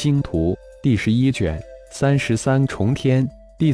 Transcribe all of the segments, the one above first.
星图》第11卷33重天第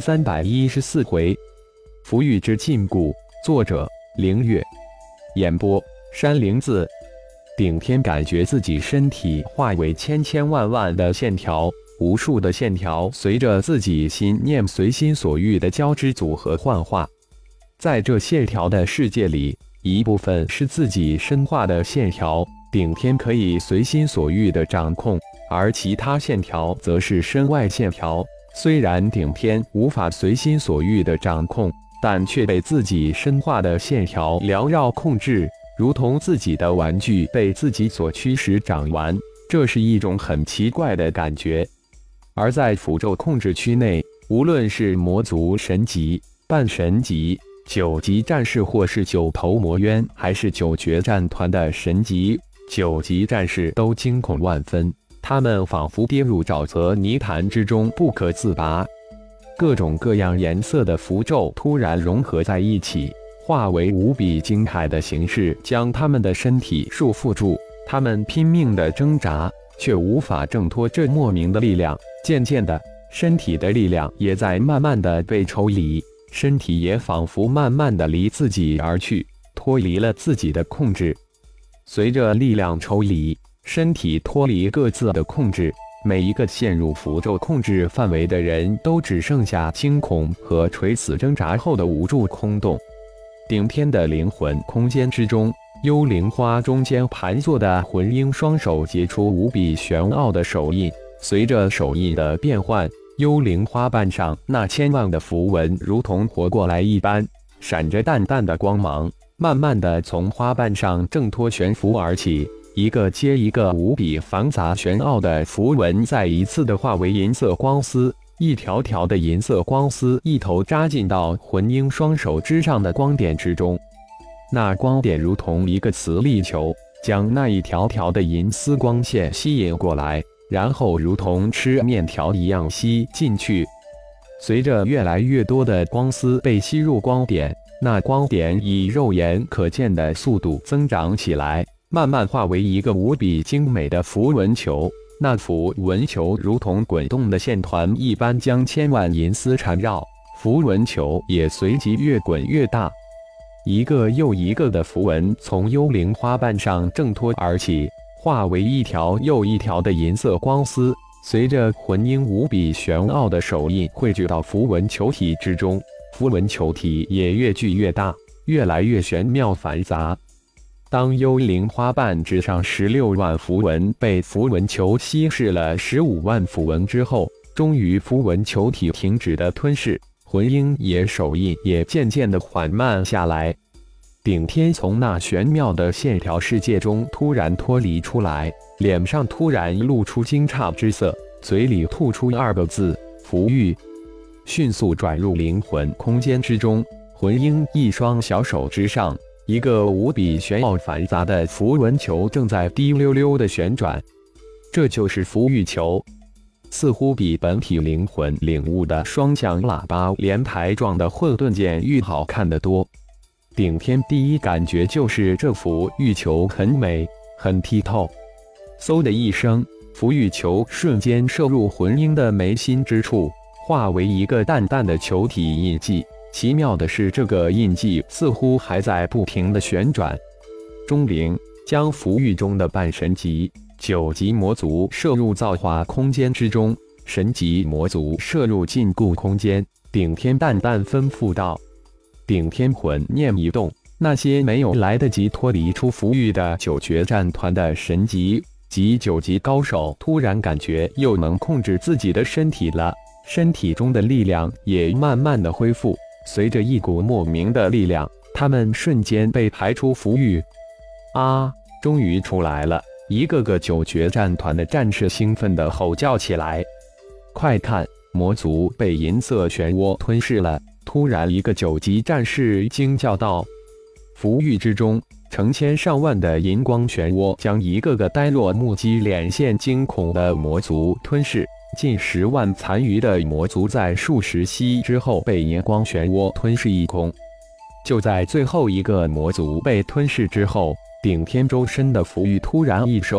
314回。福玉之禁锢，作者凌月，演播山灵子。顶天感觉自己身体化为千千万万的线条，无数的线条随着自己心念随心所欲的交织组合幻化。在这线条的世界里，一部分是自己身化的线条，顶天可以随心所欲的掌控，而其他线条则是身外线条。虽然顶天无法随心所欲的掌控，但却被自己身化的线条缭绕控制，如同自己的玩具被自己所驱使掌玩，这是一种很奇怪的感觉。而在符咒控制区内，无论是魔族神级、半神级、9级战士，或是9头魔渊，还是9决战团的神级、9级战士，都惊恐万分。他们仿佛跌入沼泽泥潭之中，不可自拔。各种各样颜色的符咒突然融合在一起，化为无比惊骇的形式，将他们的身体束缚住。他们拼命地挣扎，却无法挣脱这莫名的力量。渐渐的，身体的力量也在慢慢地被抽离，身体也仿佛慢慢地离自己而去，脱离了自己的控制。随着力量抽离，身体脱离各自的控制，每一个陷入符咒控制范围的人都只剩下惊恐和垂死挣扎后的无助空洞。顶天的灵魂空间之中，幽灵花中间盘坐的魂婴双手结出无比玄奥的手印，随着手印的变换，幽灵花瓣上那千万的符文如同活过来一般，闪着淡淡的光芒，慢慢的从花瓣上挣脱悬浮而起。一个接一个无比繁杂玄奥的符文再一次的化为银色光丝，一条条的银色光丝一头扎进到魂婴双手之上的光点之中。那光点如同一个磁力球，将那一条条的银丝光线吸引过来，然后如同吃面条一样吸进去。随着越来越多的光丝被吸入光点，那光点以肉眼可见的速度增长起来，慢慢化为一个无比精美的符文球。那符文球如同滚动的线团一般，将千万银丝缠绕，符文球也随即越滚越大。一个又一个的符文从幽灵花瓣上挣脱而起，化为一条又一条的银色光丝，随着魂婴无比玄奥的手印汇聚到符文球体之中，符文球体也越聚越大，越来越玄妙繁杂。当幽灵花瓣之上16万符文被符文球稀释了15万符文之后，终于符文球体停止的吞噬，魂婴也手印也渐渐的缓慢下来。顶天从那玄妙的线条世界中突然脱离出来，脸上突然露出惊诧之色，嘴里吐出2个字：符玉。迅速转入灵魂空间之中，魂婴一双小手之上，一个无比玄奥繁杂的符文球正在滴溜溜的旋转，这就是符玉球。似乎比本体灵魂领悟的双向喇叭连排状的混沌剑玉好看得多。顶天第一感觉就是这符玉球很美，很剔透。嗖的一声，符玉球瞬间射入魂婴的眉心之处，化为一个淡淡的球体印记。奇妙的是，这个印记似乎还在不停地旋转。钟灵将符玉中的半神级、9级魔族射入造化空间之中，神级魔族射入禁锢空间。顶天淡淡吩咐道。顶天魂念一动，那些没有来得及脱离出符玉的9决战团的神级及9级高手，突然感觉又能控制自己的身体了，身体中的力量也慢慢的恢复。随着一股莫名的力量，他们瞬间被排出符玉。啊！终于出来了！一个个9决战团的战士兴奋地吼叫起来。快看，魔族被银色漩涡吞噬了！突然，一个9级战士惊叫道：“符玉之中，成千上万的银光漩涡将一个个呆若木鸡、脸现惊恐的魔族吞噬。近10万残余的魔族在数十息之后被银光漩涡吞噬一空。就在最后一个魔族被吞噬之后，顶天周身的符玉突然一收，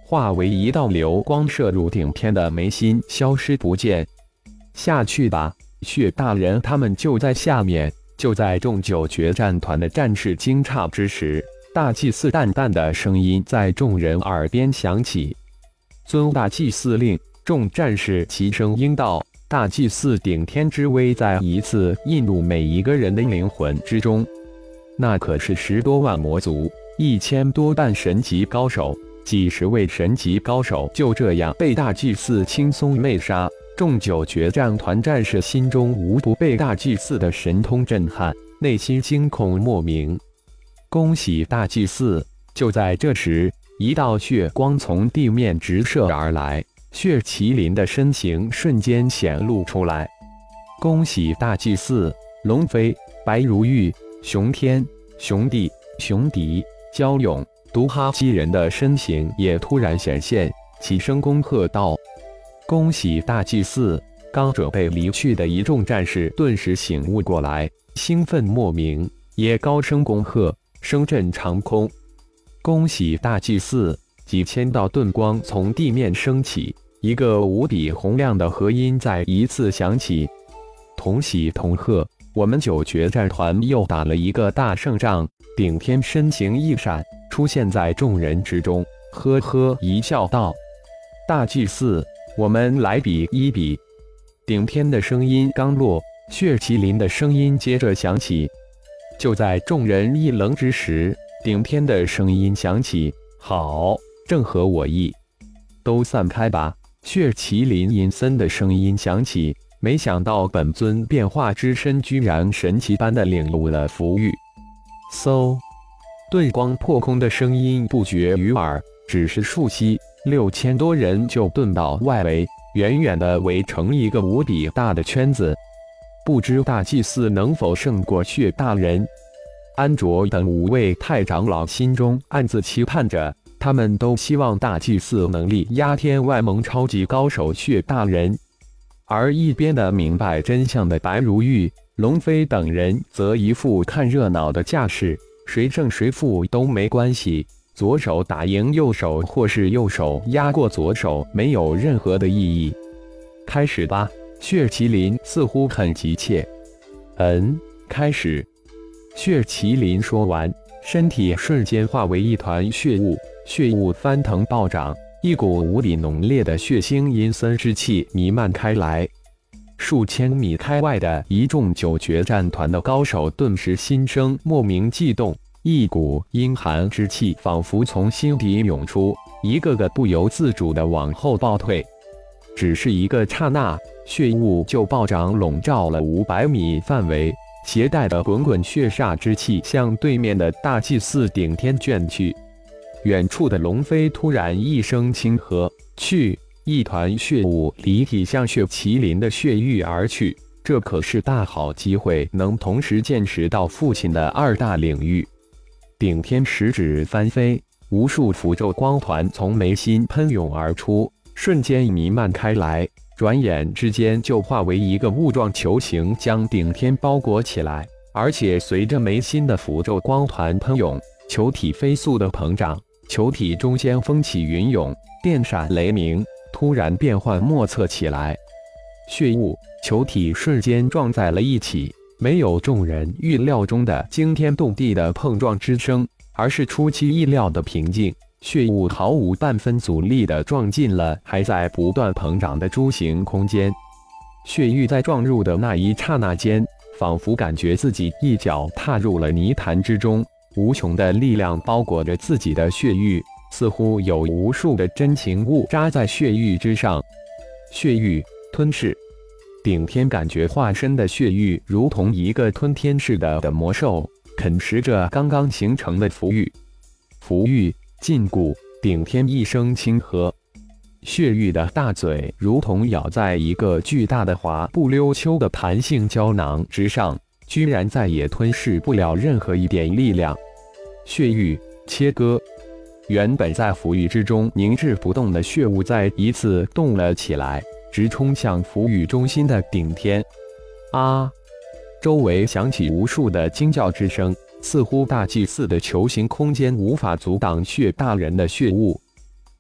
化为一道流光射入顶天的眉心，消失不见。下去吧，血大人他们就在下面。就在众九决战团的战士惊诧之时，大祭司淡淡的声音在众人耳边响起：“遵大祭司令！”众战士齐声应道。大祭司顶天之威再一次印入每一个人的灵魂之中。那可是10多万魔族，1000多半神级高手，几十位神级高手就这样被大祭司轻松灭杀。众九决战团战士心中无不被大祭司的神通震撼，内心惊恐莫名。恭喜大祭司！就在这时，一道血光从地面直射而来，血麒麟的身形瞬间显露出来。恭喜大祭司！龙飞、白如玉、熊天、熊地、熊迪、蛟勇、毒哈基人的身形也突然显现，齐声恭贺道：“恭喜大祭司！”刚准备离去的一众战士顿时醒悟过来，兴奋莫名，也高声恭贺，声震长空。恭喜大祭司！几千道盾光从地面升起，一个无比洪亮的和音再一次响起：“同喜同贺，我们九决战团又打了一个大胜仗。”顶天身形一闪，出现在众人之中，呵呵一笑道：“大祭司，我们来比一比。”顶天的声音刚落，血麒麟的声音接着响起。就在众人一愣之时，顶天的声音响起：“好，正合我意，都散开吧。”血麒麟阴森的声音响起，没想到本尊变化之身居然神奇般的领悟了符语。嗖，遁光破空的声音不绝于耳，只是数息，6000多人就遁到外围，远远地围成一个无比大的圈子。不知大祭司能否胜过血大人？安卓等5位太长老心中暗自期盼着，他们都希望大祭司能力压天外蒙超级高手血大人。而一边的明白真相的白如玉、龙飞等人则一副看热闹的架势，谁胜谁负都没关系，左手打赢右手或是右手压过左手没有任何的意义。开始吧！血麒麟似乎很急切。开始。血麒麟说完，身体瞬间化为一团血雾，血雾翻腾暴涨，一股无比浓烈的血腥阴森之气弥漫开来。数千米开外的一众九决战团的高手顿时心生莫名悸动，一股阴寒之气仿佛从心底涌出，一个个不由自主地往后倒退。只是一个刹那，血雾就暴涨，笼罩了500米范围，携带的滚滚血煞之气向对面的大祭司顶天卷去。远处的龙飞突然一声轻喝，去！一团血雾离体向血麒麟的血域而去。这可是大好机会，能同时见识到父亲的2大领域。顶天食指翻飞，无数符咒光团从眉心喷涌而出，瞬间弥漫开来，转眼之间就化为一个雾状球形，将顶天包裹起来。而且随着眉心的符咒光团喷涌，球体飞速的膨胀，球体中间风起云涌，电闪雷鸣，突然变幻莫测起来。血雾、球体瞬间撞在了一起，没有众人预料中的惊天动地的碰撞之声，而是出其意料的平静。血雾毫无半分阻力地撞进了还在不断膨胀的珠形空间。血域在撞入的那一刹那间，仿佛感觉自己一脚踏入了泥潭之中，无穷的力量包裹着自己的血域，似乎有无数的真情物扎在血域之上。血域吞噬，顶天感觉化身的血域如同一个吞天似的魔兽，啃食着刚刚形成的符域。符域禁锢，顶天一声轻喝，血域的大嘴如同咬在一个巨大的滑不溜秋的弹性胶囊之上，居然再也吞噬不了任何一点力量。血域切割，原本在符域之中凝滞不动的血雾再一次动了起来，直冲向符域中心的顶天。啊！周围响起无数的惊叫之声，似乎大祭司的球形空间无法阻挡血大人的血雾。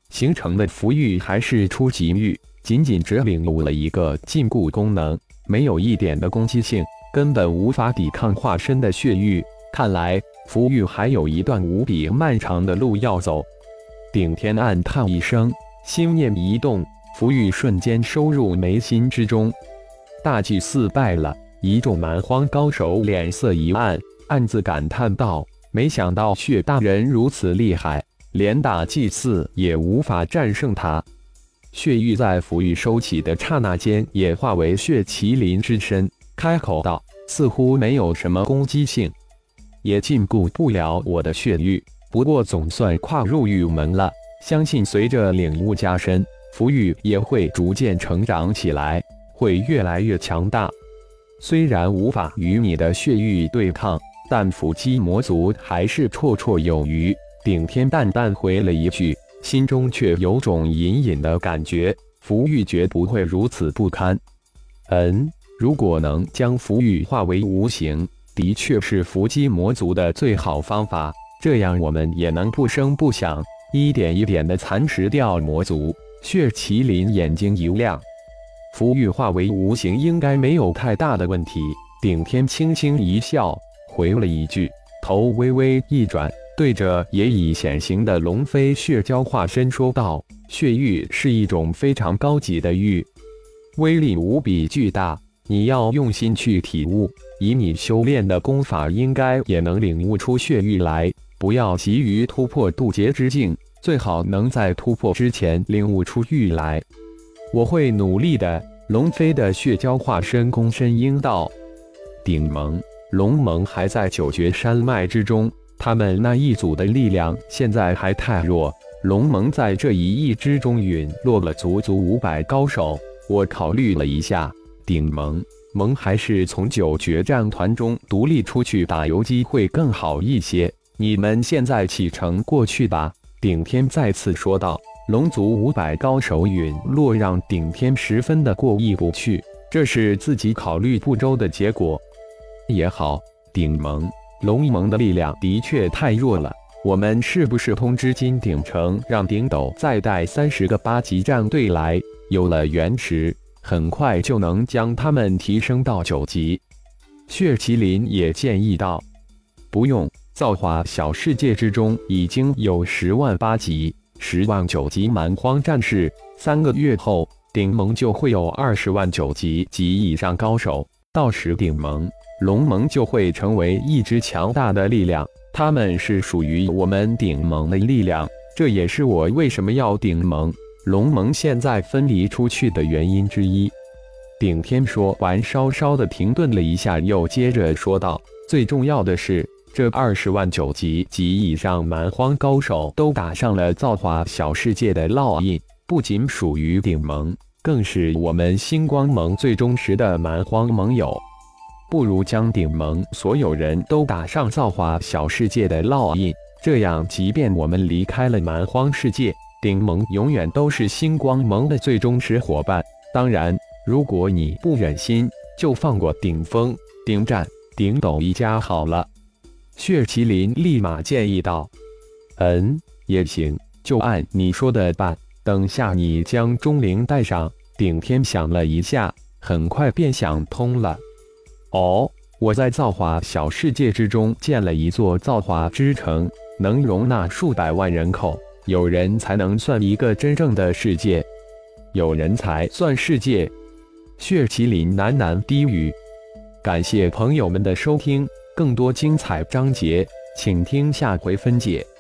形成的符域还是初级域，仅仅只领悟了一个禁锢功能，没有一点的攻击性，根本无法抵抗化身的血域。看来符域还有一段无比漫长的路要走。顶天暗叹一声，心念一动，符域瞬间收入眉心之中。大祭司败了！一众蛮荒高手脸色一暗，暗自感叹道：没想到血大人如此厉害，连大祭司也无法战胜他。血域在符域收起的刹那间，也化为血麒麟之身，开口道：似乎没有什么攻击性，也禁锢不了我的血域，不过总算跨入域门了。相信随着领悟加深，符域也会逐渐成长起来，会越来越强大。虽然无法与你的血域对抗，但伏击魔族还是绰绰有余。顶天淡淡回了一句，心中却有种隐隐的感觉，符域绝不会如此不堪。如果能将符域化为无形，的确是伏击魔族的最好方法，这样我们也能不声不响，一点一点地蚕食掉魔族。血麒麟眼睛一亮，符域化为无形应该没有太大的问题。顶天轻轻一笑，回了一句，头微微一转，对着也已显形的龙飞血蛟化身说道：血域是一种非常高级的域，威力无比巨大，你要用心去体悟。以你修炼的功法，应该也能领悟出血域来。不要急于突破渡劫之境，最好能在突破之前领悟出域来。我会努力的。龙飞的血蛟化身躬身应道。顶盟、龙盟还在九绝山脉之中，他们那一组的力量现在还太弱。龙盟在这一役之中陨落了足足500高手。我考虑了一下，顶盟还是从九决战团中独立出去打游击会更好一些。你们现在启程过去吧。顶天再次说道。龙族500高手陨落，让顶天十分的过意不去，这是自己考虑不周的结果。也好，顶盟、龙盟的力量的确太弱了，我们是不是通知金鼎城，让顶斗再带30个8级战队来？有了原石，很快就能将他们提升到9级。血麒麟也建议道：不用，造化小世界之中已经有10万8级。10万9级蛮荒战士，3个月后，顶盟就会有20万9级及以上高手。到时，顶盟、龙盟就会成为一支强大的力量。他们是属于我们顶盟的力量，这也是我为什么要顶盟、龙盟现在分离出去的原因之一。顶天说完，稍稍的停顿了一下，又接着说道：最重要的是，这20万9级及以上蛮荒高手都打上了造化小世界的烙印，不仅属于顶盟，更是我们星光盟最忠实的蛮荒盟友。不如将顶盟所有人都打上造化小世界的烙印，这样即便我们离开了蛮荒世界，顶盟永远都是星光盟的最忠实伙伴。当然，如果你不忍心，就放过顶峰、顶战、顶斗一家好了。血麒麟立马建议道：也行，就按你说的办。等下你将钟灵带上。顶天想了一下，很快便想通了。我在造化小世界之中建了一座造化之城，能容纳数百万人口，有人才能算一个真正的世界，有人才算世界。血麒麟喃喃低语。感谢朋友们的收听，更多精彩章节，请听下回分解。